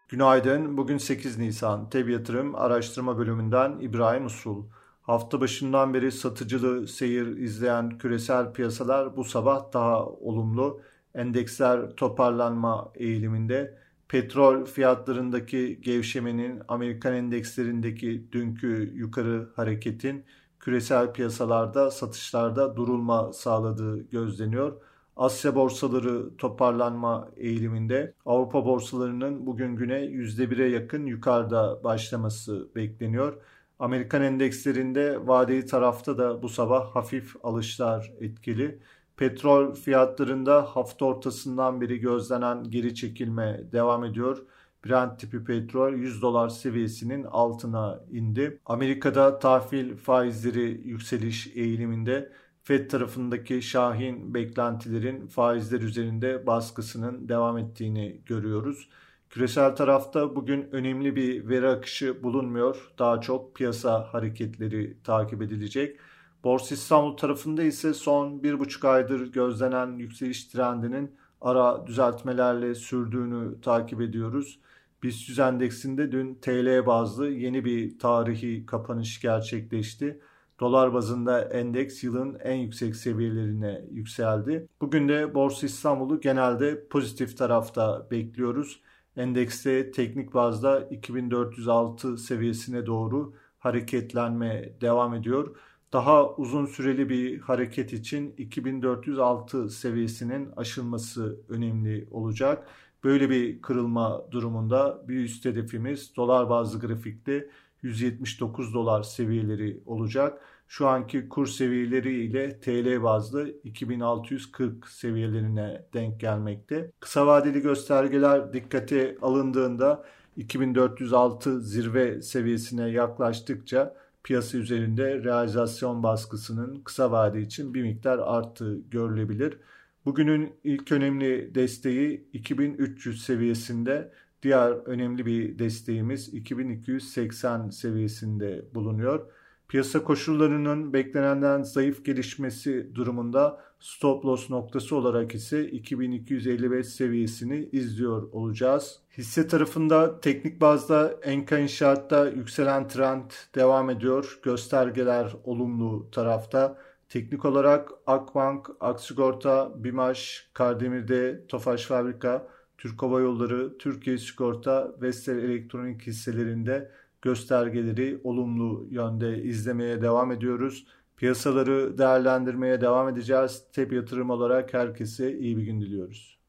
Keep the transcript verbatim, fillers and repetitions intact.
Günaydın. Bugün sekiz Nisan. T E B Yatırım Araştırma Bölümünden İbrahim Usul. Hafta başından beri satıcılı seyir izleyen küresel piyasalar bu sabah daha olumlu. Endeksler toparlanma eğiliminde. Petrol fiyatlarındaki gevşemenin, Amerikan endekslerindeki dünkü yukarı hareketin küresel piyasalarda satışlarda durulma sağladığı gözleniyor. Asya borsaları toparlanma eğiliminde. Avrupa borsalarının bugün güne yüzde bire yakın yukarıda başlaması bekleniyor. Amerikan endekslerinde vadeli tarafta da bu sabah hafif alışlar etkili. Petrol fiyatlarında hafta ortasından beri gözlenen geri çekilme devam ediyor. Brent tipi petrol yüz dolar seviyesinin altına indi. Amerika'da tahvil faizleri yükseliş eğiliminde. Fed tarafındaki şahin beklentilerin faizler üzerinde baskısının devam ettiğini görüyoruz. Küresel tarafta bugün önemli bir veri akışı bulunmuyor. Daha çok piyasa hareketleri takip edilecek. Borsa İstanbul tarafında ise son bir buçuk aydır gözlenen yükseliş trendinin ara düzeltmelerle sürdüğünü takip ediyoruz. BIST yüz endeksinde dün T L bazlı yeni bir tarihi kapanış gerçekleşti. Dolar bazında endeks yılın en yüksek seviyelerine yükseldi. Bugün de Borsa İstanbul'u genelde pozitif tarafta bekliyoruz. Endekste teknik bazda iki bin dört yüz altı seviyesine doğru hareketlenme devam ediyor. Daha uzun süreli bir hareket için iki bin dört yüz altı seviyesinin aşılması önemli olacak. Böyle bir kırılma durumunda bir üst hedefimiz dolar bazlı grafikte yüz yetmiş dokuz dolar seviyeleri olacak. Şu anki kur seviyeleri ile T L bazlı iki bin altı yüz kırk seviyelerine denk gelmekte. Kısa vadeli göstergeler dikkate alındığında iki bin dört yüz altı zirve seviyesine yaklaştıkça piyasa üzerinde realizasyon baskısının kısa vade için bir miktar arttığı görülebilir. Bugünün ilk önemli desteği iki bin üç yüz seviyesinde, diğer önemli bir desteğimiz iki bin iki yüz seksen seviyesinde bulunuyor. Piyasa koşullarının beklenenden zayıf gelişmesi durumunda stop loss noktası olarak ise iki bin iki yüz elli beş seviyesini izliyor olacağız. Hisse tarafında teknik bazda Enka İnşaat'ta yükselen trend devam ediyor. Göstergeler olumlu tarafta. Teknik olarak Akbank, Aksigorta, BİMAŞ, Kardemir'de, Tofaş Fabrika, Türk Hava Yolları, Türkiye Sigorta, Vestel Elektronik hisselerinde göstergeleri olumlu yönde izlemeye devam ediyoruz. Piyasaları değerlendirmeye devam edeceğiz. T E B Yatırım olarak herkese iyi bir gün diliyoruz.